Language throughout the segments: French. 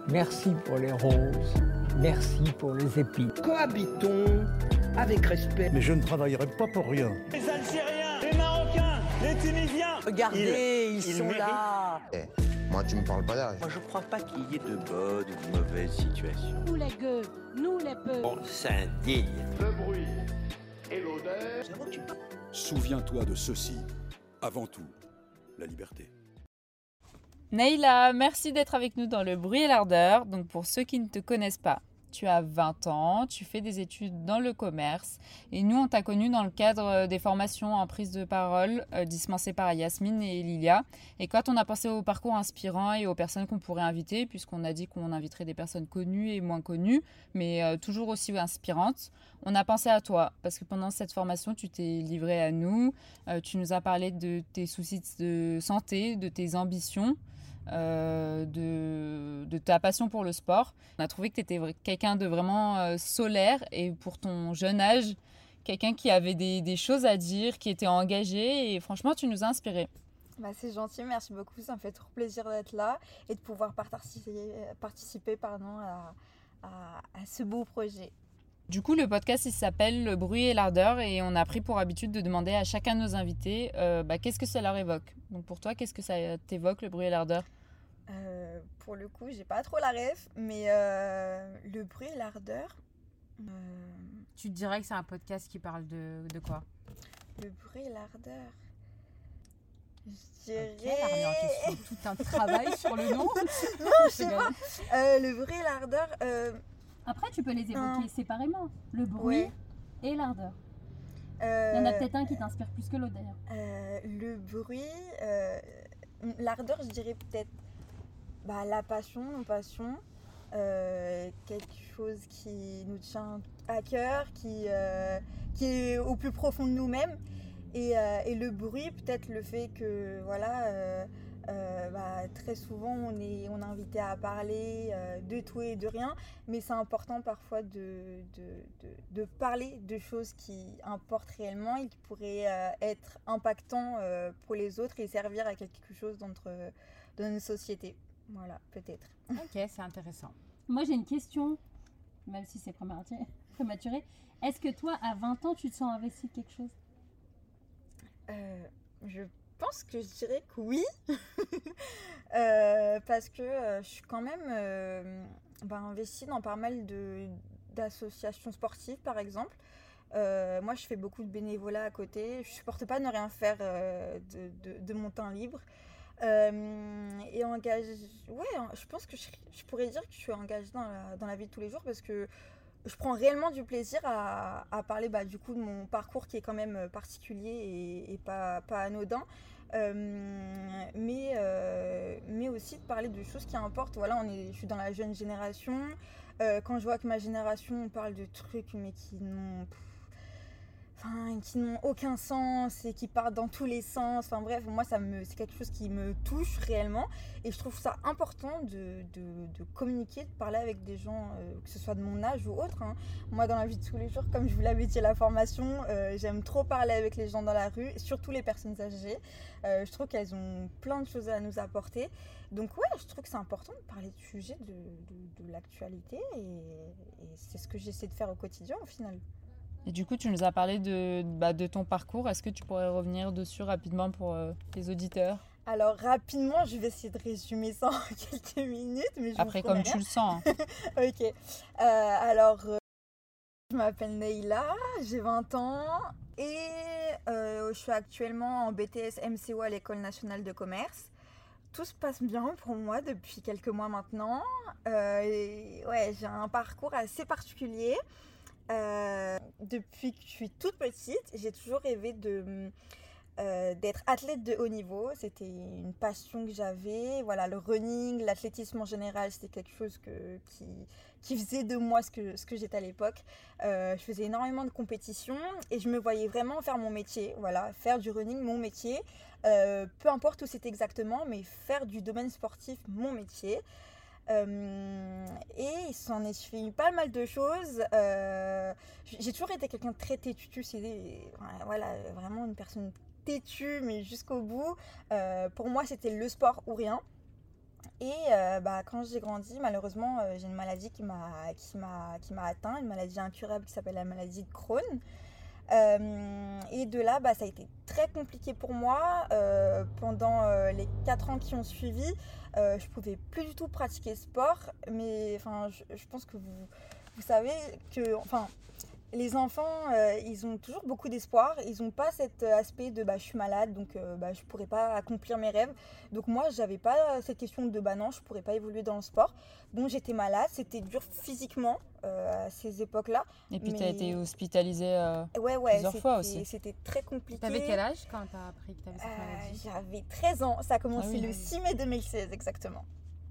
Merci pour les roses. Merci pour les épis. Cohabitons avec respect. Mais je ne travaillerai pas pour rien. Les Algériens, les Marocains, les Tunisiens. Regardez, ils sont là. Moi, tu me parles pas d'arrêt. Moi, je crois pas qu'il y ait de bonnes ou de mauvaises situations. Nous les gueux, nous les peu. On s'indigne. Le bruit et l'odeur. Souviens-toi de ceci. Avant tout, la liberté. Naïla, merci d'être avec nous dans Le Bruit et l'Ardeur. Donc pour ceux qui ne te connaissent pas, tu as 20 ans, tu fais des études dans le commerce et nous on t'a connu dans le cadre des formations en prise de parole dispensées par Yasmine et Lilia. Et quand on a pensé au parcours inspirant et aux personnes qu'on pourrait inviter, puisqu'on a dit qu'on inviterait des personnes connues et moins connues, mais toujours aussi inspirantes, on a pensé à toi parce que pendant cette formation tu t'es livrée à nous, tu nous as parlé de tes soucis de santé, de tes ambitions. De ta passion pour le sport. On a trouvé que tu étais quelqu'un de vraiment solaire et pour ton jeune âge, quelqu'un qui avait des choses à dire, qui était engagé et franchement, tu nous as inspirés. Bah, c'est gentil, merci beaucoup. Ça me fait trop plaisir d'être là et de pouvoir participer à ce beau projet. Du coup, le podcast, il s'appelle Le Bruit et l'Ardeur et on a pris pour habitude de demander à chacun de nos invités qu'est-ce que ça leur évoque. Donc pour toi, qu'est-ce que ça t'évoque, Le Bruit et l'Ardeur ? Pour le coup, j'ai pas trop la ref, mais Le Bruit et l'Ardeur... Tu te dirais que c'est un podcast qui parle de quoi ? Le Bruit et l'Ardeur... Je dirais... Ok, la remise en question, tout un travail sur le nom. Non, je sais pas. Le Bruit et l'Ardeur... Après, tu peux les évoquer séparément. Le bruit et l'ardeur. Il y en a peut-être un qui t'inspire plus que l'autre d'ailleurs. Le bruit, l'ardeur, je dirais peut-être la passion, nos passions. Quelque chose qui nous tient à cœur, qui est au plus profond de nous-mêmes. Et le bruit, peut-être le fait que très souvent on est invité à parler de tout et de rien, mais c'est important parfois de parler de choses qui importent réellement et qui pourraient être impactants pour les autres et servir à quelque chose dans notre société. Voilà, peut-être. Ok, c'est intéressant. Moi j'ai une question, même si c'est prématuré. Est-ce que toi, à 20 ans, tu te sens investi de quelque chose ? Je pense que je dirais que oui, parce que je suis quand même investie dans pas mal d'associations sportives, par exemple. Moi, je fais beaucoup de bénévolat à côté. Je supporte pas ne rien faire de mon temps libre. Et engagée, je pense que je pourrais dire que je suis engagée dans la vie de tous les jours parce que je prends réellement du plaisir à parler du coup de mon parcours qui est quand même particulier et pas anodin, mais aussi de parler de choses qui importent. Voilà, je suis dans la jeune génération. Quand je vois que ma génération on parle de trucs mais qui n'ont aucun sens et qui partent dans tous les sens. Enfin bref, moi c'est quelque chose qui me touche réellement et je trouve ça important de communiquer, de parler avec des gens, que ce soit de mon âge ou autre. Moi dans la vie de tous les jours, comme je vous l'avais dit à la formation, j'aime trop parler avec les gens dans la rue, surtout les personnes âgées. Je trouve qu'elles ont plein de choses à nous apporter. Donc je trouve que c'est important de parler de sujets de l'actualité et c'est ce que j'essaie de faire au quotidien au final. Et du coup, tu nous as parlé de ton parcours. Est-ce que tu pourrais revenir dessus rapidement pour les auditeurs ? Alors, rapidement, je vais essayer de résumer ça en quelques minutes. Mais après, comme tu le sens. Ok. Je m'appelle Naïla, j'ai 20 ans et je suis actuellement en BTS MCO à l'École nationale de commerce. Tout se passe bien pour moi depuis quelques mois maintenant. J'ai un parcours assez particulier. Depuis que je suis toute petite, j'ai toujours rêvé d'être athlète de haut niveau. C'était une passion que j'avais. Voilà, le running, l'athlétisme en général, c'était quelque chose qui faisait de moi ce que j'étais à l'époque. Je faisais énormément de compétitions et je me voyais vraiment faire mon métier. Voilà, faire du running mon métier. Peu importe où c'était exactement, mais faire du domaine sportif mon métier. Et il s'en est suivi pas mal de choses. J'ai toujours été quelqu'un de très têtu, vraiment une personne têtue, mais jusqu'au bout. Pour moi, c'était le sport ou rien. Et quand j'ai grandi, malheureusement, j'ai une maladie qui m'a atteint, une maladie incurable qui s'appelle la maladie de Crohn. Et de là, ça a été très compliqué pour moi. Pendant les 4 ans qui ont suivi, je ne pouvais plus du tout pratiquer sport. Mais je pense que vous savez que les enfants, ils ont toujours beaucoup d'espoir. Ils n'ont pas cet aspect de je suis malade, donc je ne pourrais pas accomplir mes rêves. Donc moi, je n'avais pas cette question de non, je ne pourrais pas évoluer dans le sport. Bon, j'étais malade, c'était dur physiquement à ces époques-là. Et puis tu as été hospitalisée plusieurs fois aussi. C'était très compliqué. Tu avais quel âge quand tu as appris que tu avais cette maladie? J'avais 13 ans, ça a commencé le 6 mai 2016 exactement.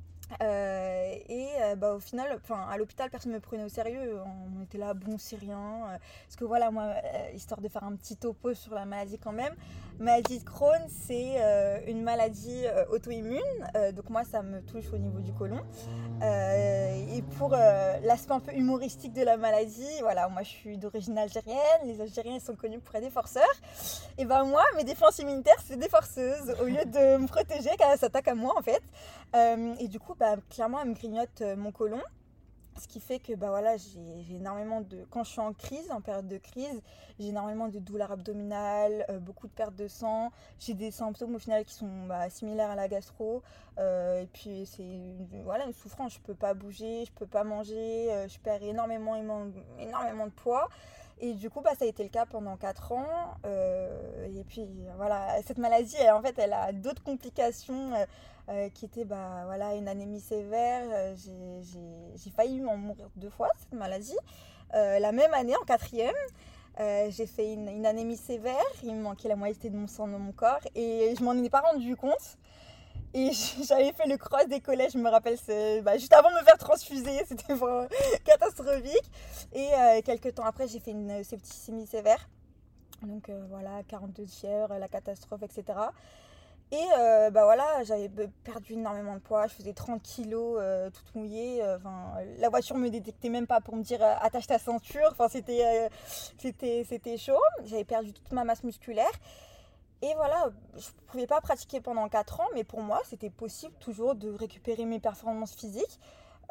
Au final, à l'hôpital, personne ne me prenait au sérieux. On était là, bon, c'est rien. Parce que voilà, moi, histoire de faire un petit topo sur la maladie quand même. Maladie de Crohn, c'est une maladie auto-immune. Donc moi, ça me touche au niveau du côlon. Et pour l'aspect un peu humoristique de la maladie, voilà, moi, je suis d'origine algérienne. Les Algériens sont connus pour être des forceurs. Et moi, mes défenses immunitaires, c'est des forceuses. Au lieu de me protéger quand elle s'attaque à moi, en fait. Et du coup, clairement, elle me grignote mon côlon. Ce qui fait que j'ai énormément de... Quand je suis en crise, en période de crise, j'ai énormément de douleurs abdominales, beaucoup de perte de sang. J'ai des symptômes au final qui sont similaires à la gastro. Et puis c'est une souffrance. Je ne peux pas bouger, je ne peux pas manger, je perds énormément de poids. Et du coup, ça a été le cas pendant 4 ans. Et puis, voilà, cette maladie, elle a d'autres complications qui étaient une anémie sévère. J'ai failli en mourir 2 fois, cette maladie. La même année, en 4e, j'ai fait une anémie sévère. Il me manquait la moitié de mon sang dans mon corps. Et je m'en ai pas rendu compte. Et j'avais fait le cross des collèges, je me rappelle, juste avant de me faire transfuser, c'était vraiment catastrophique. Et quelques temps après, j'ai fait une septicémie sévère. Donc 42 de fièvre, la catastrophe, etc. Et j'avais perdu énormément de poids, je faisais 30 kilos toute mouillée. La voiture me détectait même pas pour me dire attache ta ceinture. C'était chaud, j'avais perdu toute ma masse musculaire. Et voilà, je ne pouvais pas pratiquer pendant 4 ans, mais pour moi, c'était possible toujours de récupérer mes performances physiques.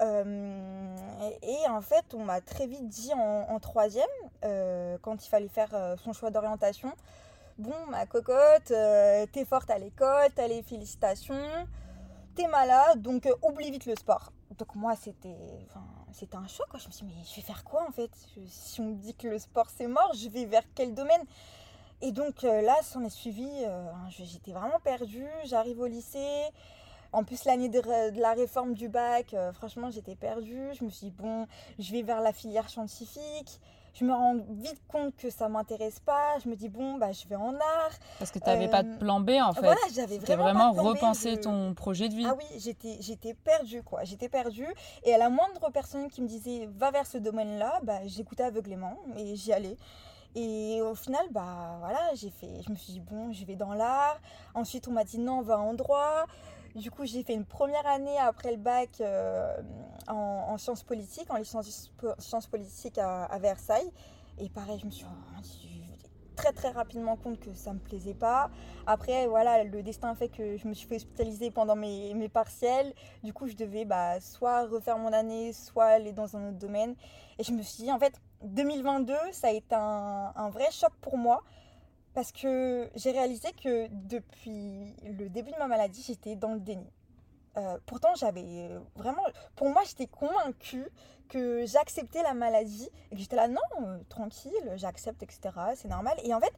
Et en fait, on m'a très vite dit en 3e, quand il fallait faire son choix d'orientation, bon, ma cocotte, t'es forte à l'école, t'as les félicitations, t'es malade, donc oublie vite le sport. Donc moi, c'était un choc, quoi. Je me suis dit, mais je vais faire quoi en fait? Si on me dit que le sport c'est mort, je vais vers quel domaine? Et donc là, s'en est suivi, j'étais vraiment perdue, j'arrive au lycée, en plus l'année de la réforme du bac, franchement j'étais perdue, je me suis dit bon, je vais vers la filière scientifique, je me rends vite compte que ça ne m'intéresse pas, je me dis bon, je vais en art. Parce que tu n'avais pas de plan B en fait, voilà, j'avais vraiment repensé ton projet de vie. Ah oui, j'étais perdue quoi, et à la moindre personne qui me disait va vers ce domaine-là, j'écoutais aveuglément et j'y allais. Et au final, je me suis dit, bon, je vais dans l'art. Ensuite, on m'a dit, non, va en droit. Du coup, j'ai fait une première année après le bac en sciences politiques, en licence sciences politiques à Versailles. Et pareil, je me suis rendu très, très rapidement compte que ça ne me plaisait pas. Après, voilà, le destin a fait que je me suis fait hospitaliser pendant mes partiels. Du coup, je devais soit refaire mon année, soit aller dans un autre domaine. Et je me suis dit, en fait, 2022, ça a été un vrai choc pour moi parce que j'ai réalisé que depuis le début de ma maladie, j'étais dans le déni. Pourtant, j'avais vraiment... Pour moi, j'étais convaincue que j'acceptais la maladie et que j'étais là, non, tranquille, j'accepte, etc. C'est normal. Et en fait,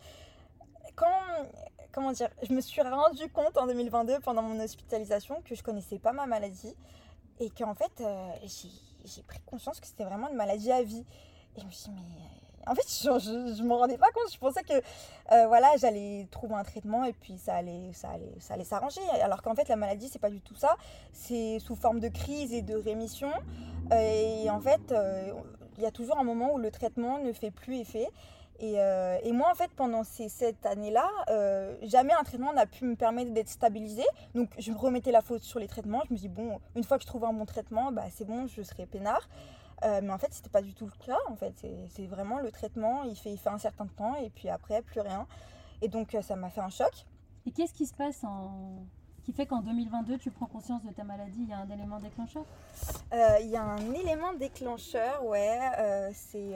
je me suis rendu compte en 2022, pendant mon hospitalisation, que je connaissais pas ma maladie et qu'en fait, j'ai pris conscience que c'était vraiment une maladie à vie. Et je me suis dit, mais en fait, je m'en rendais pas compte. Je pensais que j'allais trouver un traitement et puis ça allait s'arranger. Alors qu'en fait, la maladie, c'est pas du tout ça. C'est sous forme de crise et de rémission. Et en fait, il y a toujours un moment où le traitement ne fait plus effet. Et moi, en fait, pendant cette année-là, jamais un traitement n'a pu me permettre d'être stabilisée. Donc, je me remettais la faute sur les traitements. Je me dis, bon, une fois que je trouve un bon traitement, c'est bon, je serai peinard. Mais en fait, c'était pas du tout le cas. En fait, c'est vraiment le traitement, il fait un certain temps et puis après, plus rien. Et donc, ça m'a fait un choc. Et qu'est-ce qui se passe qui fait qu'en 2022, tu prends conscience de ta maladie? Il y a un élément déclencheur? Il y a un élément déclencheur, ouais. C'est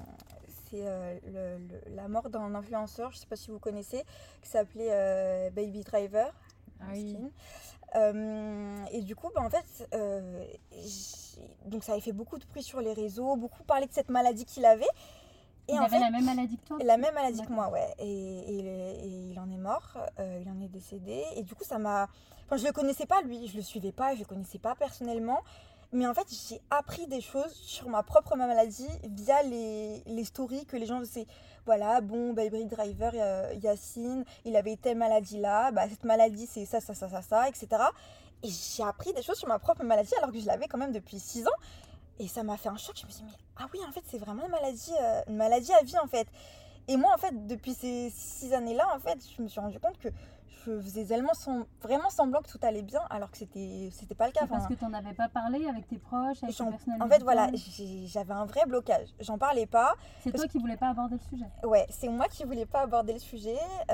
la mort d'un influenceur, je ne sais pas si vous connaissez, qui s'appelait Baby Driver. Ah oui. Et du coup, en fait, donc ça avait fait beaucoup de bruit sur les réseaux, beaucoup parlé de cette maladie qu'il avait. Et il avait la même maladie que toi? La même maladie que moi, ouais. Et il en est mort, il en est décédé. Et du coup, ça m'a... Enfin, je le connaissais pas, lui, je le suivais pas, je le connaissais pas personnellement. Mais en fait, j'ai appris des choses sur ma propre maladie via les stories que les gens faisaient. Voilà, bon, Baby Driver, Yacine, il avait telle maladie là, bah, cette maladie c'est ça, etc. Et j'ai appris des choses sur ma propre maladie alors que je l'avais quand même depuis 6 ans. Et ça m'a fait un choc, je me suis dit, mais ah oui, en fait, c'est vraiment une maladie à vie, en fait. Et moi, en fait, depuis ces 6 années-là, en fait, je me suis rendu compte que je faisais vraiment semblant que tout allait bien, alors que c'était pas le cas. Parce que tu n'en avais pas parlé avec tes proches, avec tes personnels. En fait, voilà, j'avais un vrai blocage. J'en parlais pas. C'est toi qui voulais pas aborder le sujet? Ouais, c'est moi qui voulais pas aborder le sujet.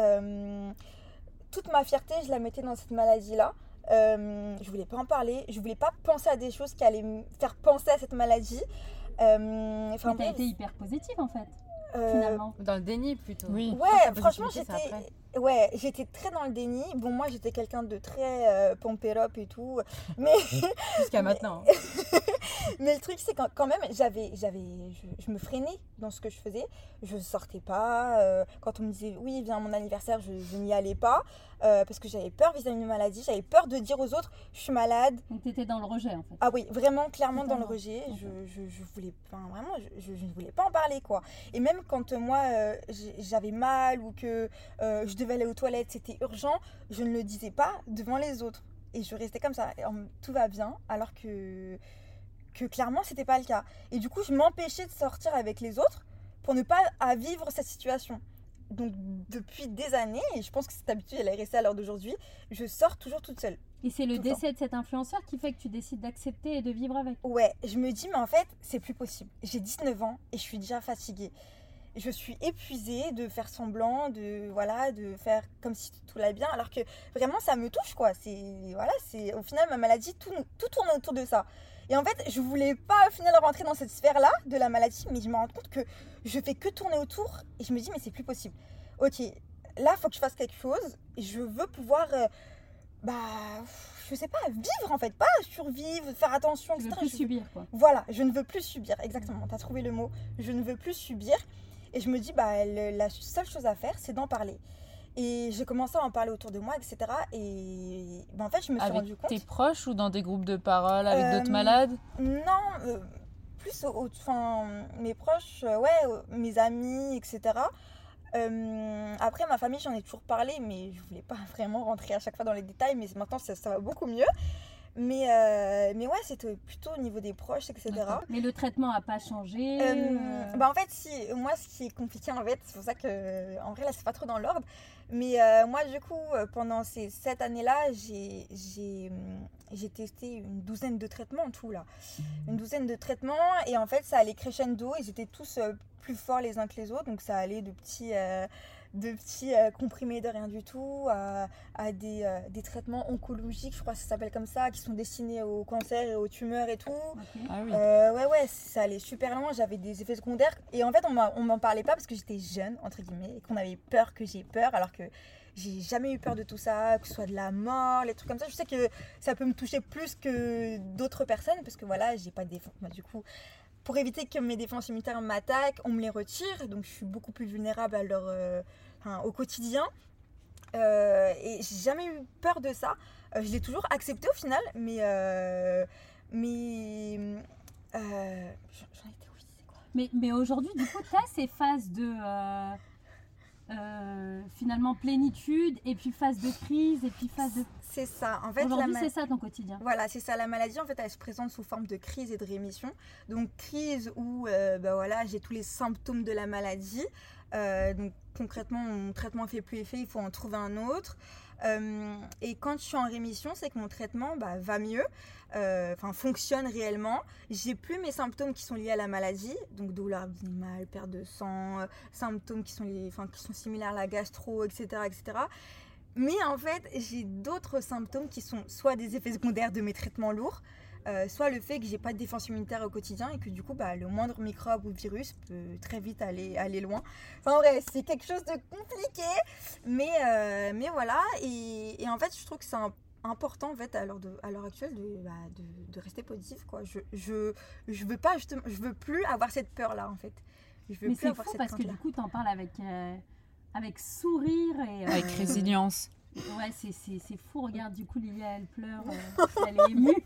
Toute ma fierté, je la mettais dans cette maladie-là. Je voulais pas en parler, je voulais pas penser à des choses qui allaient me faire penser à cette maladie. Mais t'as été hyper positive en fait, finalement. Dans le déni plutôt. Oui. Ouais, franchement j'étais très dans le déni. Bon, moi j'étais quelqu'un de très pompé up et tout, mais jusqu'à maintenant. Mais le truc c'est quand même je me freinais dans ce que je faisais. Je sortais pas. Quand on me disait oui viens à mon anniversaire, je n'y allais pas parce que j'avais peur vis-à-vis de ma maladie. J'avais peur de dire aux autres je suis malade. Donc t'étais dans le rejet en fait. Ah oui, vraiment clairement dans le rejet. Je voulais vraiment je ne voulais pas en parler quoi. Et même quand moi j'avais mal ou que je devais aller aux toilettes, c'était urgent, je ne le disais pas devant les autres. Et je restais comme ça, tout va bien, alors que clairement c'était pas le cas. Et du coup je m'empêchais de sortir avec les autres pour ne pas à vivre cette situation. Donc depuis des années, et je pense que cette habitude elle est restée à l'heure d'aujourd'hui, je sors toujours toute seule. Et c'est le décès de cet influenceur qui fait que tu décides d'accepter et de vivre avec? Ouais, je me dis mais en fait c'est plus possible. J'ai 19 ans et je suis déjà fatiguée. Je suis épuisée de faire semblant, de faire comme si tout allait bien, alors que vraiment ça me touche quoi. Au final ma maladie, tout tourne autour de ça. Et en fait je voulais pas au final rentrer dans cette sphère-là de la maladie, mais je me rends compte que je fais que tourner autour et je me dis mais c'est plus possible. Ok, là il faut que je fasse quelque chose et je veux pouvoir, je sais pas, vivre en fait, pas survivre, faire attention, etc. Je veux plus subir quoi. Voilà, je ne veux plus subir, exactement, t'as trouvé le mot, je ne veux plus subir. Et je me dis, la seule chose à faire, c'est d'en parler. Et j'ai commencé à en parler autour de moi, etc. Et en fait, je me suis rendu compte... Avec tes proches ou dans des groupes de parole avec d'autres malades? Non, plus mes proches, mes amis, etc. Après, ma famille, j'en ai toujours parlé, mais je voulais pas vraiment rentrer à chaque fois dans les détails. Mais maintenant, ça va beaucoup mieux. Mais ouais, c'était plutôt au niveau des proches, etc. Mais le traitement n'a pas changé En fait, moi, ce qui est compliqué, en fait, c'est pour ça que, en vrai, là, c'est pas trop dans l'ordre. Mais moi, du coup, pendant ces 7 années-là, j'ai testé une douzaine de traitements en tout, là. Une douzaine de traitements. Et en fait, ça allait crescendo. Ils étaient tous plus forts les uns que les autres. Donc, ça allait de petits comprimés de rien du tout à des traitements oncologiques, je crois que ça s'appelle comme ça, qui sont destinés au cancer et aux tumeurs et tout. Okay. Ah oui. Ouais, ça allait super loin, j'avais des effets secondaires et en fait on m'en parlait pas parce que j'étais jeune entre guillemets et qu'on avait peur que j'ai peur, alors que j'ai jamais eu peur de tout ça, que ce soit de la mort, les trucs comme ça. Je sais que ça peut me toucher plus que d'autres personnes parce que voilà, j'ai pas de défense. Du coup, pour éviter que mes défenses immunitaires m'attaquent, on me les retire, donc je suis beaucoup plus vulnérable au quotidien. Et j'ai jamais eu peur de ça. Je l'ai toujours accepté au final, mais j'en étais où, c'est quoi ? Mais aujourd'hui, du coup, tu as ces phases de finalement plénitude, et puis phase de crise, et puis phase de... C'est ça. En fait, aujourd'hui, c'est ça ton quotidien. Voilà, c'est ça. La maladie, en fait, elle se présente sous forme de crise et de rémission. Donc, crise où j'ai tous les symptômes de la maladie. Donc, concrètement, mon traitement ne fait plus effet, il faut en trouver un autre. Et quand je suis en rémission, c'est que mon traitement va mieux, fonctionne réellement. J'ai plus mes symptômes qui sont liés à la maladie, donc douleur abdominale, perte de sang, symptômes qui sont similaires à la gastro, etc., etc. Mais en fait, j'ai d'autres symptômes qui sont soit des effets secondaires de mes traitements lourds, soit le fait que j'ai pas de défense immunitaire au quotidien et que du coup le moindre microbe ou virus peut très vite aller loin. Enfin bref, c'est quelque chose de compliqué, mais voilà. Et en fait, je trouve que c'est important en fait à l'heure actuelle de rester positif, quoi. Je veux pas, justement, je veux plus avoir cette peur là en fait. Mais c'est fou parce que du coup t'en parles avec sourire et avec résilience. Ouais, c'est fou. Regarde, du coup, Lilia, elle pleure. Elle est émue.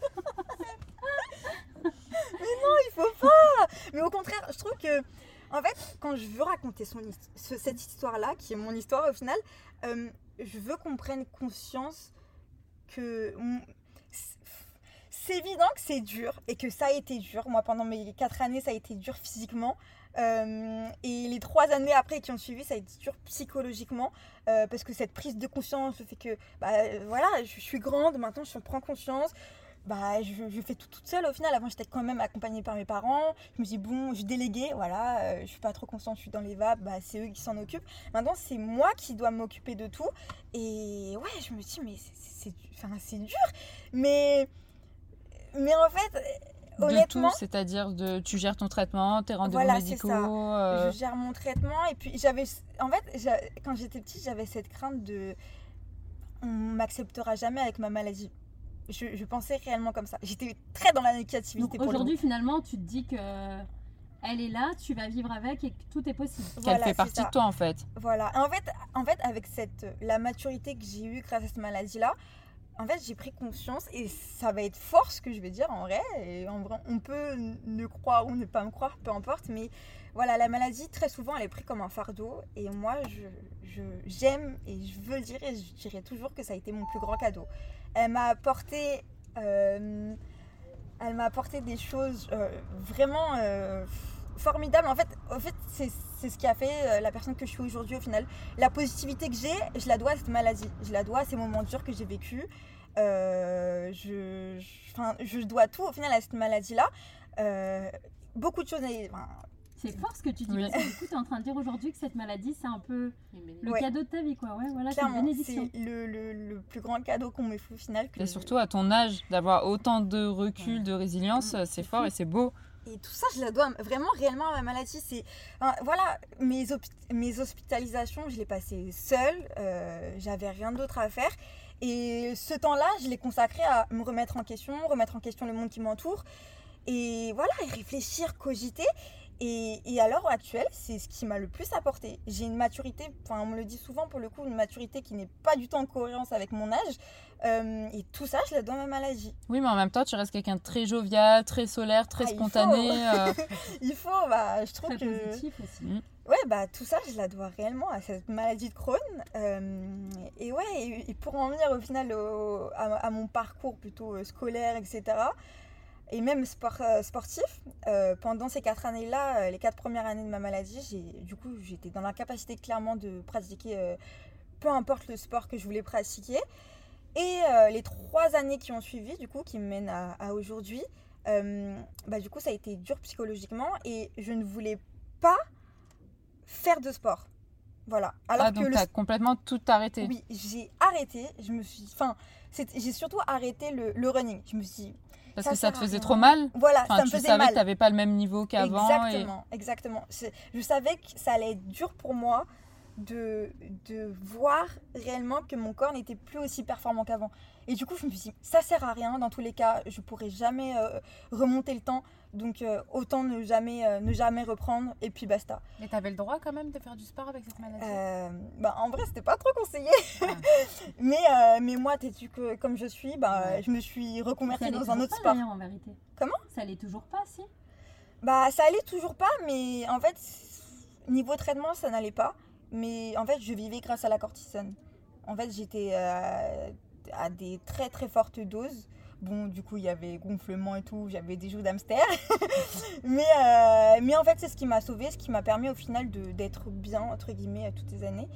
Mais non, il faut pas. Mais au contraire, je trouve que, en fait, quand je veux raconter cette histoire-là, qui est mon histoire au final, je veux qu'on prenne conscience que c'est évident que c'est dur et que ça a été dur. Moi, pendant mes 4 années, ça a été dur physiquement. Et les 3 années après qui ont suivi, ça a été dur psychologiquement, parce que cette prise de conscience fait que voilà, je suis grande, maintenant je prends conscience, je fais tout toute seule au final. Avant j'étais quand même accompagnée par mes parents, je me dis bon, je déléguais, voilà, je suis pas trop consciente, je suis dans les vapes, c'est eux qui s'en occupent. Maintenant c'est moi qui dois m'occuper de tout, et ouais, je me dis mais c'est dur, mais en fait... Honnêtement, de tout, c'est-à-dire tu gères ton traitement, tes rendez-vous médicaux. Voilà, c'est ça. Je gère mon traitement et puis quand j'étais petite, j'avais cette crainte on m'acceptera jamais avec ma maladie. Je pensais réellement comme ça. J'étais très dans la négativité. Donc aujourd'hui, finalement, tu te dis que elle est là, tu vas vivre avec et que tout est possible. Qu'elle fait partie de toi en fait. Voilà. En fait, avec la maturité que j'ai eue grâce à cette maladie-là. En fait, j'ai pris conscience, et ça va être fort ce que je vais dire en vrai. Et en vrai, on peut ne croire ou ne pas me croire, peu importe. Mais voilà, la maladie, très souvent, elle est prise comme un fardeau. Et moi, j'aime, et je veux le dire, et je dirais toujours que ça a été mon plus grand cadeau. Elle m'a apporté des choses vraiment formidables. En fait, c'est ce qui a fait la personne que je suis aujourd'hui au final. La positivité que j'ai, je la dois à cette maladie. Je la dois à ces moments durs que j'ai vécus. Je dois tout au final à cette maladie-là. Beaucoup de choses... C'est fort ce que tu dis, oui. Parce que du coup, tu es en train de dire aujourd'hui que cette maladie, c'est un peu le cadeau de ta vie, quoi. Ouais, voilà, c'est une bénédiction. C'est le plus grand cadeau qu'on me fait au final. Et surtout à ton âge, d'avoir autant de recul, de résilience, c'est fort et c'est beau. Et tout ça, je la dois vraiment réellement à ma maladie. Voilà, mes hospitalisations, je les passais seule. J'avais rien d'autre à faire. Et ce temps-là, je l'ai consacré à me remettre en question le monde qui m'entoure. Et voilà, et réfléchir, cogiter. Et à l'heure actuelle, c'est ce qui m'a le plus apporté. J'ai une maturité, on me le dit souvent pour le coup, une maturité qui n'est pas du tout en cohérence avec mon âge. Et tout ça, je la dois à ma maladie. Oui, mais en même temps, tu restes quelqu'un de très jovial, très solaire, très spontané. Il faut, je trouve très positif aussi. Ouais, tout ça, je la dois réellement à cette maladie de Crohn. Et ouais, et pour en venir au final à mon parcours plutôt scolaire, etc., et même sportif, pendant ces 4 années-là, les 4 premières années de ma maladie, j'étais dans l'incapacité clairement de pratiquer peu importe le sport que je voulais pratiquer. Et les 3 années qui ont suivi, du coup, qui me mènent à aujourd'hui, du coup, ça a été dur psychologiquement et je ne voulais pas faire de sport. Voilà. Alors donc tu as complètement tout arrêté. Oui, j'ai arrêté. J'ai surtout arrêté le running. Je me suis dit, parce que ça te faisait trop mal. Voilà, ça me faisait mal. Tu savais que tu n'avais pas le même niveau qu'avant. Exactement. Je savais que ça allait être dur pour moi de voir réellement que mon corps n'était plus aussi performant qu'avant. Et du coup, je me suis dit, ça sert à rien. Dans tous les cas, je pourrai jamais remonter le temps. Donc, autant ne jamais reprendre. Et puis, basta. Mais tu avais le droit quand même de faire du sport avec cette maladie en vrai, c'était pas trop conseillé. Mais moi, têtue que comme je suis, je me suis reconvertie dans un autre sport. En vérité. Comment ? Ça allait toujours pas, si ? Ça allait toujours pas, mais en fait, niveau traitement, ça n'allait pas. Mais en fait, je vivais grâce à la cortisone. En fait, j'étais à des très très fortes doses. Bon, du coup, il y avait gonflement et tout, j'avais des joues d'hamster. mais en fait, c'est ce qui m'a sauvée, ce qui m'a permis au final d'être bien, entre guillemets, toutes ces années.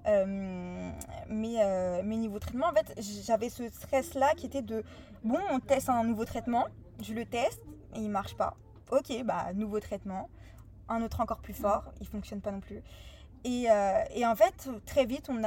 Mais niveau traitement, en fait, j'avais ce stress-là qui était bon, on teste un nouveau traitement, je le teste et il marche pas. Ok, nouveau traitement, un autre encore plus fort, il fonctionne pas non plus. Et en fait, très vite, il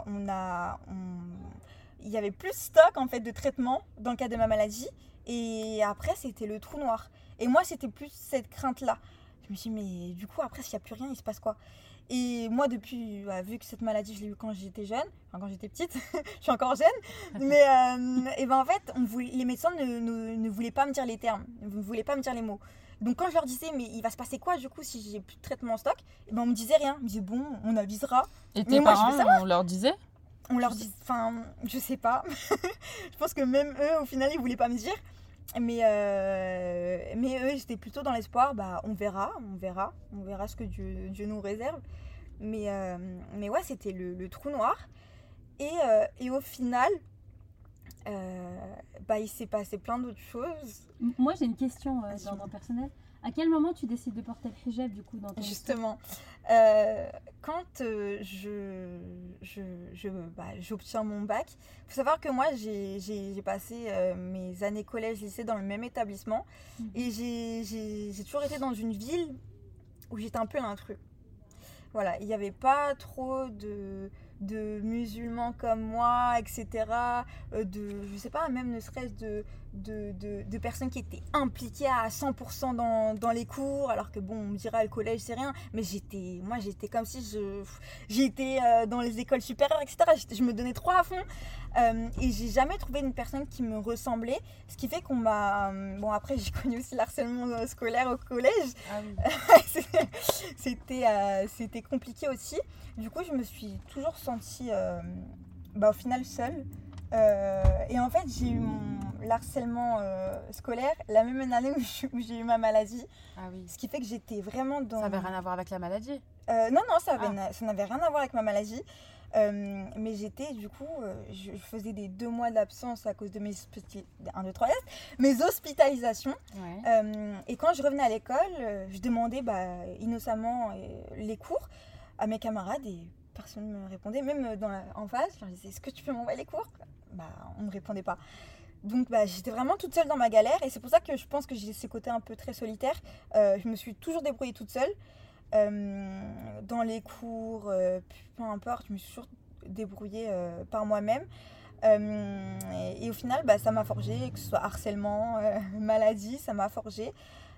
y avait plus de stock en fait, de traitement dans le cas de ma maladie. Et après, c'était le trou noir. Et moi, c'était plus cette crainte-là. Je me suis dit, mais du coup, après, s'il n'y a plus rien, il se passe quoi ? Et moi, depuis, vu que cette maladie, je l'ai eue quand j'étais jeune, enfin quand j'étais petite, je suis encore jeune, mais et ben en fait, les médecins ne voulaient pas me dire les termes, ne voulaient pas me dire les mots. Donc quand je leur disais, mais il va se passer quoi du coup si j'ai plus de traitement en stock, et ben on me disait rien. Ils me disaient, bon, on avisera. Et tes parents, on leur disait ? On leur dit, enfin, je sais pas. Je pense que même eux, au final, ils voulaient pas me dire. Mais eux, j'étais plutôt dans l'espoir, on verra ce que Dieu nous réserve. Mais ouais, c'était le trou noir. Et au final, il s'est passé plein d'autres choses. Moi, j'ai une question d'ordre personnel. À quel moment tu décides de porter le hijab du coup dans ton Justement, quand j'obtiens mon bac, il faut savoir que moi j'ai passé mes années collège-lycée dans le même établissement et j'ai toujours été dans une ville où j'étais un peu l'intrus. Voilà, il n'y avait pas trop de musulmans comme moi, etc. Je sais pas, même ne serait-ce de personnes qui étaient impliquées à 100% dans les cours, alors que bon, on me dira le collège c'est rien, mais j'étais comme si j'étais dans les écoles supérieures, etc. Je me donnais trop à fond et j'ai jamais trouvé une personne qui me ressemblait, ce qui fait qu'on m'a... Bon, après j'ai connu aussi l'harcèlement scolaire au collège. Ah oui. C'était compliqué aussi. Du coup, je me suis toujours sentie au final seule. Et en fait, j'ai eu mon harcèlement scolaire la même année où j'ai eu ma maladie. Ah oui. Ce qui fait que j'étais vraiment dans... Ça n'avait rien à voir avec la maladie ? Non, ça n'avait rien à voir avec ma maladie. Mais j'étais, du coup, je faisais des 2 mois d'absence à cause de mes hospitalisations. Ouais. Et quand je revenais à l'école, je demandais innocemment les cours à mes camarades et personne ne me répondait. Même en face, je leur disais, est-ce que tu peux m'envoyer les cours ? On ne me répondait pas. Donc j'étais vraiment toute seule dans ma galère et c'est pour ça que je pense que j'ai ce côté un peu très solitaire. Je me suis toujours débrouillée toute seule. Dans les cours, peu importe, je me suis toujours débrouillée par moi-même. Et au final, ça m'a forgé, que ce soit harcèlement, maladie, ça m'a forgé.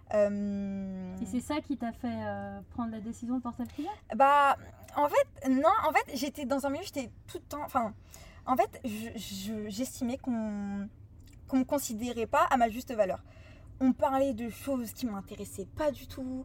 Et c'est ça qui t'a fait prendre la décision de porter le hijab ? En fait, j'étais dans un milieu, j'étais tout le temps... Enfin, en fait, j'estimais qu'on me considérait pas à ma juste valeur. On parlait de choses qui m'intéressaient pas du tout.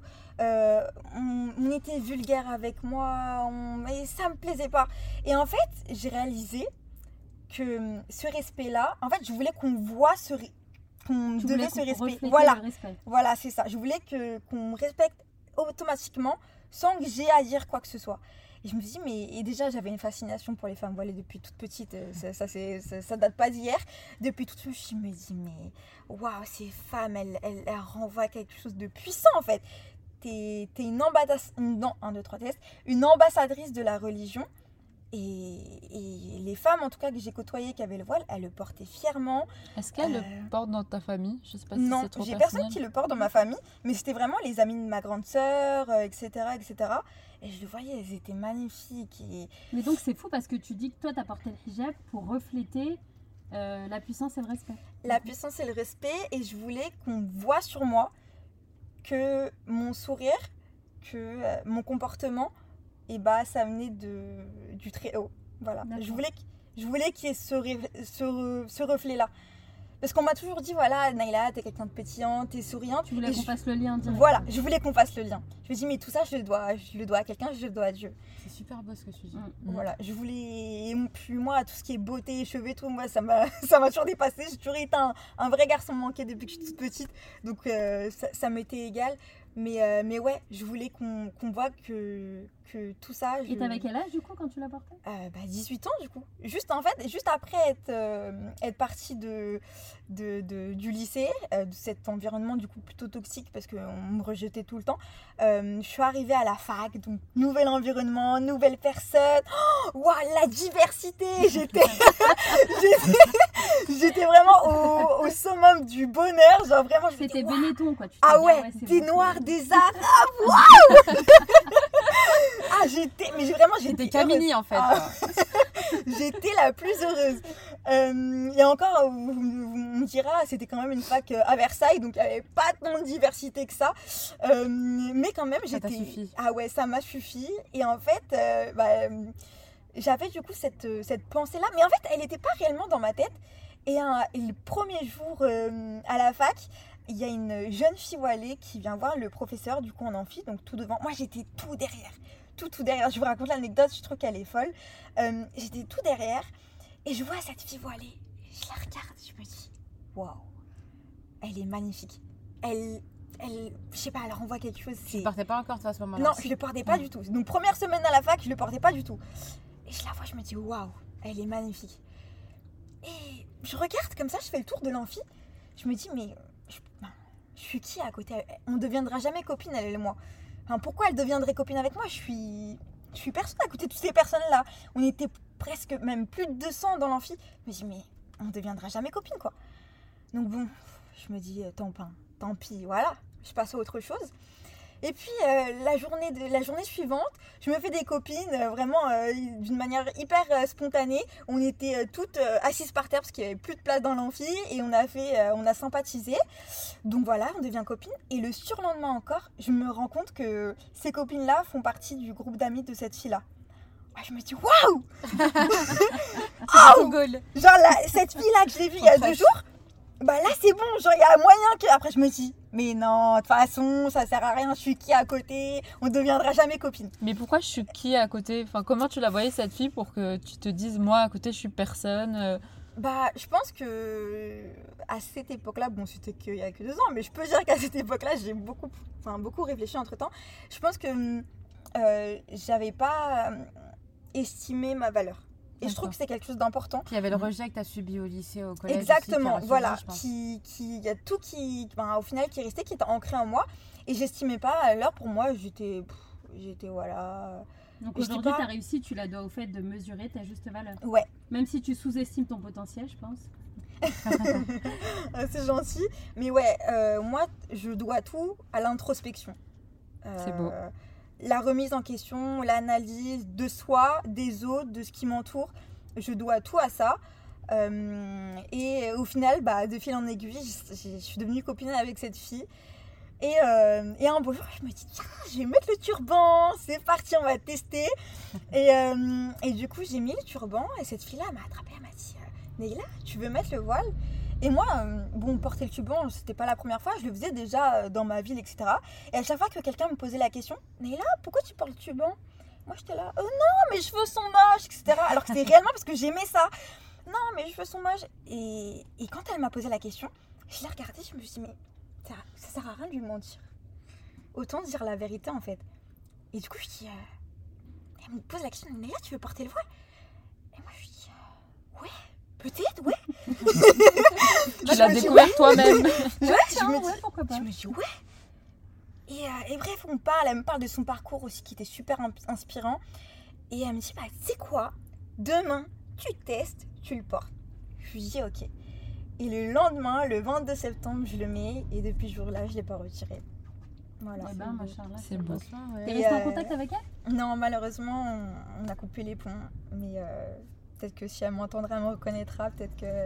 On était vulgaire avec moi. Et ça me plaisait pas. Et en fait, j'ai réalisé que ce respect-là, en fait, je voulais qu'on voit qu'on devait se respecter. Voilà, c'est ça. Je voulais qu'on me respecte automatiquement sans que j'aie à dire quoi que ce soit. Et je me dis, et déjà, j'avais une fascination pour les femmes voilées depuis toute petite. Ça date pas d'hier. Depuis toute petite, je me dis, mais waouh, ces femmes, elles renvoient quelque chose de puissant, en fait. T'es une ambassadrice de la religion. Et les femmes, en tout cas, que j'ai côtoyées qui avaient le voile, elles le portaient fièrement. Est-ce qu'elles le portent dans ta famille ? Je sais pas si non, c'est trop j'ai personnel. personne qui le porte dans ma famille, mais c'était vraiment les amies de ma grande sœur, etc., etc. Et je le voyais, elles étaient magnifiques. Mais donc c'est fou parce que tu dis que toi, tu as porté le hijab pour refléter la puissance et le respect. La puissance et le respect, et je voulais qu'on voit sur moi que mon sourire, que mon comportement, ça venait du très haut. Voilà. Je voulais qu'il y ait ce reflet-là. Parce qu'on m'a toujours dit, voilà, Naïla, t'es quelqu'un de pétillant, t'es souriante. Tu voulais qu'on fasse le lien direct. Voilà, je voulais qu'on fasse le lien. Je me dis, mais tout ça, je le dois à quelqu'un, je le dois à Dieu. C'est super beau ce que tu dis. Voilà, je voulais... Et puis moi, tout ce qui est beauté, cheveux, tout, moi, ça m'a toujours dépassé. J'ai toujours été un vrai garçon manqué depuis que je suis toute petite. Donc, ça m'était égal. Mais ouais, je voulais qu'on voit que tout ça... Et t'avais quel âge du coup quand tu l'as porté ? 18 ans du coup. Juste après être partie du lycée, de cet environnement du coup plutôt toxique parce qu'on me rejetait tout le temps. Je suis arrivée à la fac, donc nouvel environnement, nouvelle personne. Waouh, la diversité. J'étais vraiment au summum du bonheur. Genre vraiment, c'était Benetton quoi. Des noirs, des arabes. Waouh. J'étais Camille en fait. J'étais la plus heureuse. Et encore, on me dira, c'était quand même une fac à Versailles, donc il n'y avait pas tant de diversité que ça. Mais quand même, Ça t'a suffi. Ah ouais, ça m'a suffi. Et en fait, j'avais du coup cette pensée-là, mais en fait, elle n'était pas réellement dans ma tête. Et le premier jour à la fac, il y a une jeune fille voilée qui vient voir le professeur, du coup en amphi, donc tout devant. Moi, j'étais tout derrière. Tout derrière. Je vous raconte l'anecdote, je trouve qu'elle est folle. J'étais tout derrière et je vois cette fille voilée. Je la regarde, je me dis, waouh, elle est magnifique. Elle, je sais pas, elle renvoie quelque chose. Tu ne portais pas encore toi à ce moment-là? Non, je le portais pas du tout. Donc première semaine à la fac, je le portais pas du tout. Et je la vois, je me dis, waouh, elle est magnifique. Et je regarde comme ça, je fais le tour de l'amphi. Je me dis, mais je suis qui à côté? On ne deviendra jamais copine, elle et moi. Enfin, pourquoi elle deviendrait copine avec moi? Je suis personne à côté de toutes ces personnes-là. On était presque, même plus de 200 dans l'amphi. Je me dis, mais on ne deviendra jamais copine, quoi. Donc bon, je me dis, tant pis, voilà. Je passe à autre chose. Et puis, la journée suivante, je me fais des copines, vraiment d'une manière hyper spontanée. On était toutes assises par terre parce qu'il n'y avait plus de place dans l'amphi et on a sympathisé. Donc voilà, on devient copines. Et le surlendemain encore, je me rends compte que ces copines-là font partie du groupe d'amis de cette fille-là. Je me dis, waouh! Genre, cette fille-là que je l'ai vue il y a 2 jours, bah là c'est bon, genre il y a moyen que... Après je me dis, mais non, de toute façon ça sert à rien, je suis qui à côté, on ne deviendra jamais copine. Mais pourquoi je suis qui à côté? Enfin, comment tu la voyais cette fille pour que tu te dises, moi à côté je suis personne? Bah je pense que à cette époque-là, bon c'était qu'il y a que 2 ans, mais je peux dire qu'à cette époque-là j'ai beaucoup réfléchi entre temps. Je pense que j'avais pas estimé ma valeur. Et je trouve que c'est quelque chose d'important. Puis il y avait le rejet que tu as subi au lycée, au collège. Exactement, aussi, voilà. Il y a tout au final qui est resté, qui était ancré en moi. Et j'estimais pas, alors pour moi, j'étais voilà. Donc aujourd'hui, ta réussite, tu la dois au fait de mesurer ta juste valeur. Ouais. Même si tu sous-estimes ton potentiel, je pense. C'est gentil. Mais ouais, moi, je dois tout à l'introspection. C'est beau. La remise en question, l'analyse de soi, des autres, de ce qui m'entoure, je dois tout à ça. Et au final, de fil en aiguille, je suis devenue copine avec cette fille. Et un beau jour, je me dis, tiens, je vais mettre le turban, c'est parti, on va tester. Et du coup, j'ai mis le turban et cette fille-là m'a attrapée, elle m'a dit, Neila, tu veux mettre le voile? Et moi, porter le turban, c'était pas la première fois, je le faisais déjà dans ma ville, etc. Et à chaque fois que quelqu'un me posait la question, Neila, pourquoi tu portes le turban? Moi, j'étais là, oh non, mes cheveux sont moches, etc. Alors que c'était réellement parce que j'aimais ça. Non, mes cheveux sont moches. Et quand elle m'a posé la question, je l'ai regardée, je me suis dit, mais ça sert à rien de lui mentir. Autant dire la vérité, en fait. Et du coup, je dis, elle me pose la question, Neila, tu veux porter le voile? Et moi, je dis, ouais. Peut-être, ouais. Tu l'as découvert toi-même. Ouais, pourquoi pas. Je me dis, ouais. Et bref, elle me parle de son parcours aussi qui était super inspirant. Et elle me dit, tu sais quoi? Demain, tu testes, tu le portes. Je lui dis, ok. Et le lendemain, le 22 septembre, je le mets. Et depuis ce jour-là, je ne l'ai pas retiré. Voilà. C'est beau. T'es resté en contact avec elle? Non, malheureusement, on a coupé les ponts. Mais... peut-être que si elle m'entendra, elle me reconnaîtra. Peut-être que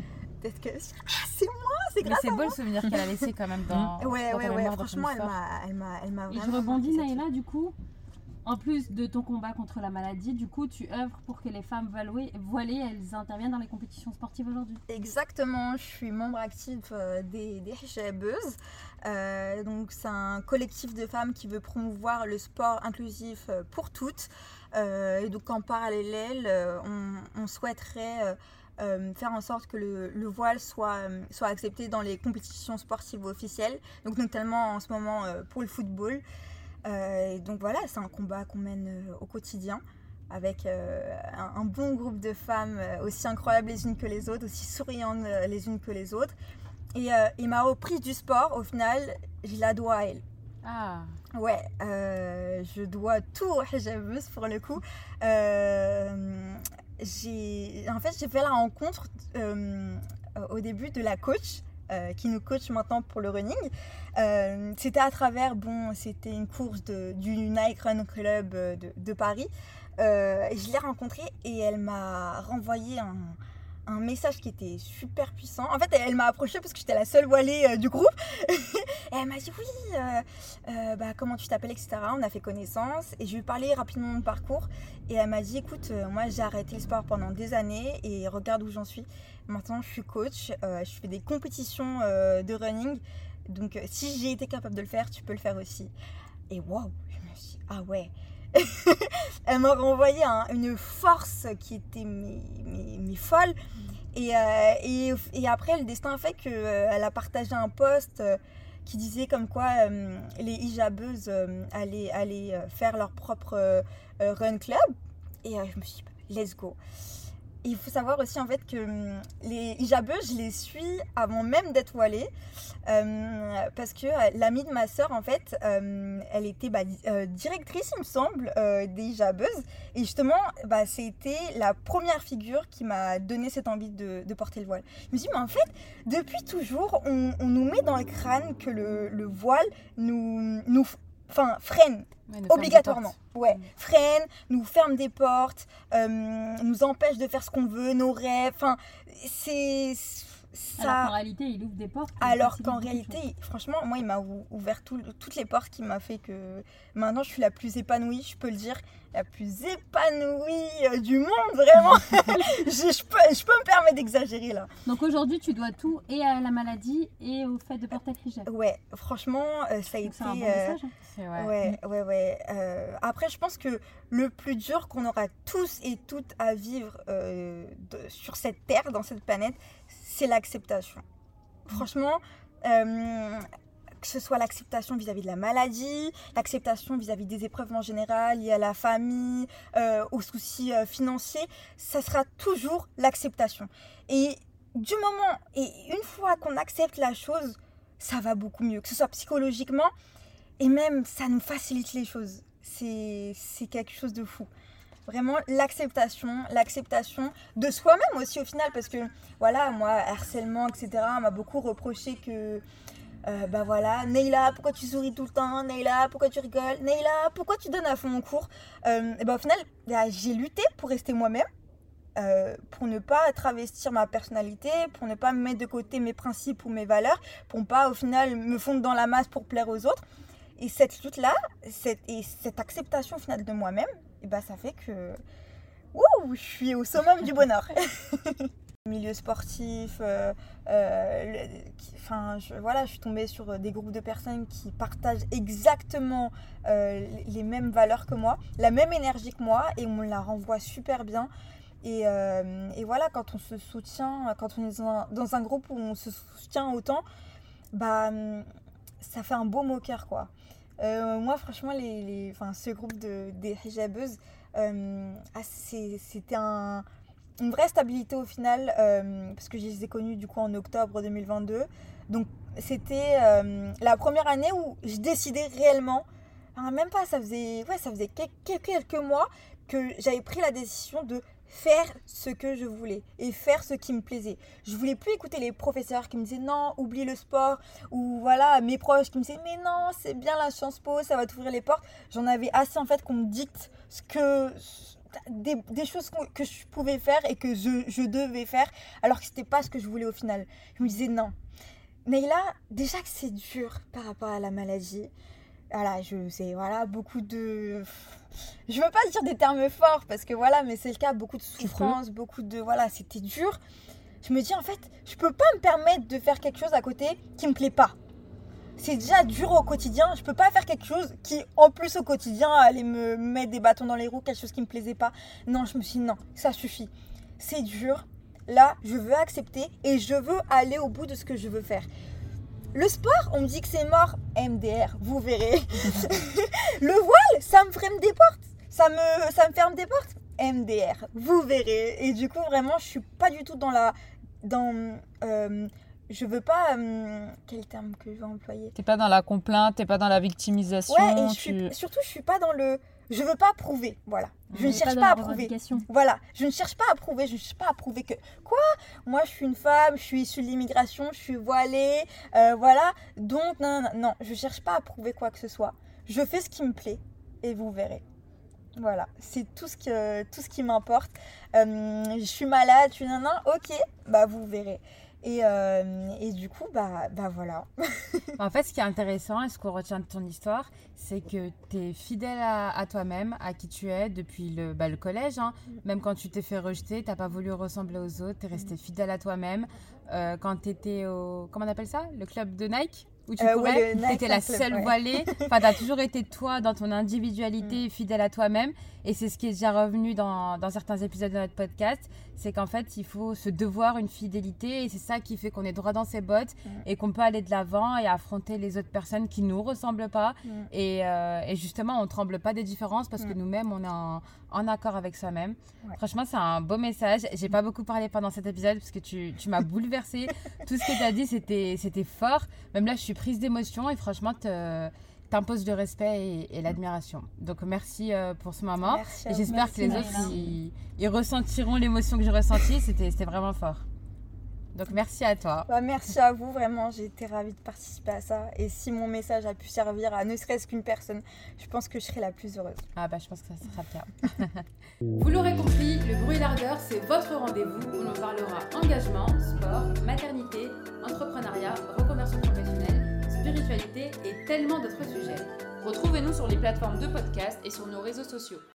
c'est moi, c'est grâce à moi. Mais c'est beau le souvenir qu'elle a laissé quand même dans ouais, mémoire. Franchement, elle m'a vraiment... Et je rebondis, Naïla, du coup, en plus de ton combat contre la maladie, du coup, tu œuvres pour que les femmes voilées, elles interviennent dans les compétitions sportives aujourd'hui. Exactement, je suis membre active des Hijabeuses. Donc c'est un collectif de femmes qui veut promouvoir le sport inclusif pour toutes. Et donc en parallèle, on souhaiterait faire en sorte que le voile soit accepté dans les compétitions sportives officielles, donc notamment en ce moment pour le football. Et donc voilà, c'est un combat qu'on mène au quotidien avec un bon groupe de femmes aussi incroyables les unes que les autres, aussi souriantes les unes que les autres. Et ma reprise du sport, au final, je la dois à elle. Ah. Ouais, je dois tout aux hijabeuses pour le coup. J'ai fait la rencontre au début de la coach qui nous coach maintenant pour le running. C'était à travers, c'était une course du Nike Run Club de Paris. Je l'ai rencontrée et elle m'a renvoyé un message qui était super puissant. En fait, elle m'a approchée parce que j'étais la seule voilée du groupe. Et elle m'a dit oui, comment tu t'appelles, etc. On a fait connaissance et je lui ai parlé rapidement de mon parcours. Et elle m'a dit écoute, moi j'ai arrêté le sport pendant des années et regarde où j'en suis. Maintenant, je suis coach, je fais des compétitions de running. Donc, si j'ai été capable de le faire, tu peux le faire aussi. Et waouh, je me suis dit ah ouais. Elle m'a renvoyé une force qui était mais folle. Et après, le destin a fait qu'elle a partagé un post qui disait comme quoi les hijabeuses allaient faire leur propre run club. Et je me suis dit, let's go. Et il faut savoir aussi en fait que les hijabeuses, je les suis avant même d'être voilée. Parce que l'amie de ma sœur, en fait, elle était directrice, il me semble, des hijabeuses. Et justement, c'était la première figure qui m'a donné cette envie de porter le voile. Je me suis dit, mais en fait, depuis toujours, on nous met dans le crâne que le voile nous freine. Obligatoirement. Freine, nous ferme des portes, nous empêche de faire ce qu'on veut, nos rêves. Alors qu'en réalité, il ouvre des portes. Alors qu'en réalité, franchement, moi, il m'a ouvert toutes les portes qui m'a fait que maintenant, je suis la plus épanouie, je peux le dire, la plus épanouie du monde, vraiment. je peux me permettre d'exagérer là. Donc aujourd'hui, tu dois tout et à la maladie et au fait de porter le hijab. Ouais, franchement, ça a été... C'est un bon message. Ouais. Après, je pense que le plus dur qu'on aura tous et toutes à vivre sur cette terre, dans cette planète, c'est l'acceptation. Franchement, que ce soit l'acceptation vis-à-vis de la maladie, l'acceptation vis-à-vis des épreuves en général, liées à la famille, aux soucis financiers, ça sera toujours l'acceptation. Et du moment, et une fois qu'on accepte la chose, ça va beaucoup mieux, que ce soit psychologiquement, et même ça nous facilite les choses. C'est quelque chose de fou. Vraiment l'acceptation de soi-même aussi au final, parce que voilà, moi, harcèlement, etc., on m'a beaucoup reproché que Neila, pourquoi tu souris tout le temps, Neila, pourquoi tu rigoles, Neila, pourquoi tu donnes à fond en cours. Au final, j'ai lutté pour rester moi-même, pour ne pas travestir ma personnalité, pour ne pas mettre de côté mes principes ou mes valeurs, pour ne pas au final me fondre dans la masse pour plaire aux autres. Et cette lutte-là, cette acceptation au final de moi-même, ça fait que je suis au summum du bonheur. Milieu sportif, je suis tombée sur des groupes de personnes qui partagent exactement les mêmes valeurs que moi, la même énergie que moi, et on me la renvoie super bien. Et voilà, quand on se soutient, quand on est dans un groupe où on se soutient autant, ça fait un beau au cœur, quoi. Moi, franchement, ce groupe des hijabeuses, c'était une vraie stabilité au final, parce que je les ai connues du coup en octobre 2022. Donc, c'était la première année où je décidais réellement, même pas, ça faisait quelques mois que j'avais pris la décision de faire ce que je voulais et faire ce qui me plaisait. Je voulais plus écouter les professeurs qui me disaient non, oublie le sport, ou voilà, mes proches qui me disaient mais non, c'est bien la Sciences Po, ça va t'ouvrir les portes. J'en avais assez en fait qu'on me dicte des choses que je pouvais faire et que je devais faire, alors que c'était pas ce que je voulais au final. Je me disais non. Mais là, déjà que c'est dur par rapport à la maladie, voilà, beaucoup de... Je veux pas dire des termes forts parce que voilà, mais c'est le cas, beaucoup de souffrance, beaucoup de... Voilà, c'était dur. Je me dis en fait, je peux pas me permettre de faire quelque chose à côté qui me plaît pas. C'est déjà dur au quotidien, je peux pas faire quelque chose qui, en plus au quotidien, allait me mettre des bâtons dans les roues, quelque chose qui me plaisait pas. Non, je me suis dit non, ça suffit. C'est dur, là, je veux accepter et je veux aller au bout de ce que je veux faire. Le sport, on me dit que c'est mort. MDR, vous verrez. Le voile, ça me ferme des portes. Ça me ferme des portes. MDR, vous verrez. Et du coup, vraiment, je suis pas du tout je veux pas... quel terme que je vais employer ? T'es pas dans la complainte, t'es pas dans la victimisation. Ouais, et surtout, je suis pas dans le... Je veux pas prouver, voilà. Je ne cherche pas à prouver. Voilà, je ne cherche pas à prouver, que quoi ? Moi, je suis une femme, je suis issue de l'immigration, je suis voilée, voilà. Donc, non, je cherche pas à prouver quoi que ce soit. Je fais ce qui me plaît et vous verrez. Voilà, c'est tout ce qui m'importe. Je suis malade, ok, bah vous verrez. Et du coup, bah voilà. En fait, ce qui est intéressant et ce qu'on retient de ton histoire, c'est que tu es fidèle à toi-même, à qui tu es depuis le collège. Hein. Même quand tu t'es fait rejeter, tu n'as pas voulu ressembler aux autres, tu es resté fidèle à toi-même. Quand tu étais au... Comment on appelle ça ? Le club de Nike ? Où tu courais, tu étais la seule voilée. Enfin, tu as toujours été toi dans ton individualité, fidèle à toi-même. Et c'est ce qui est déjà revenu dans certains épisodes de notre podcast. C'est qu'en fait, il faut se devoir une fidélité. Et c'est ça qui fait qu'on est droit dans ses bottes et qu'on peut aller de l'avant et affronter les autres personnes qui ne nous ressemblent pas. Et justement, on ne tremble pas des différences parce que nous-mêmes, on est en accord avec soi-même. Ouais. Franchement, c'est un beau message. J'ai pas beaucoup parlé pendant cet épisode parce que tu m'as bouleversée. Tout ce que tu as dit, c'était fort. Même là, je suis prise d'émotion et franchement, t'imposes le respect et l'admiration. Donc, merci pour ce moment. Et j'espère que les autres, ils ressentiront l'émotion que j'ai ressentie. C'était vraiment fort. Donc, merci à toi. Bah, merci à vous, vraiment. J'ai été ravie de participer à ça. Et si mon message a pu servir à ne serait-ce qu'une personne, je pense que je serai la plus heureuse. Ah bah, je pense que ça sera bien. Vous l'aurez compris, le Bruit et l'Ardeur, c'est votre rendez-vous où l'on parlera engagement, sport, maternité, entrepreneuriat, reconversion professionnelle, spiritualité et tellement d'autres sujets. Retrouvez-nous sur les plateformes de podcast et sur nos réseaux sociaux.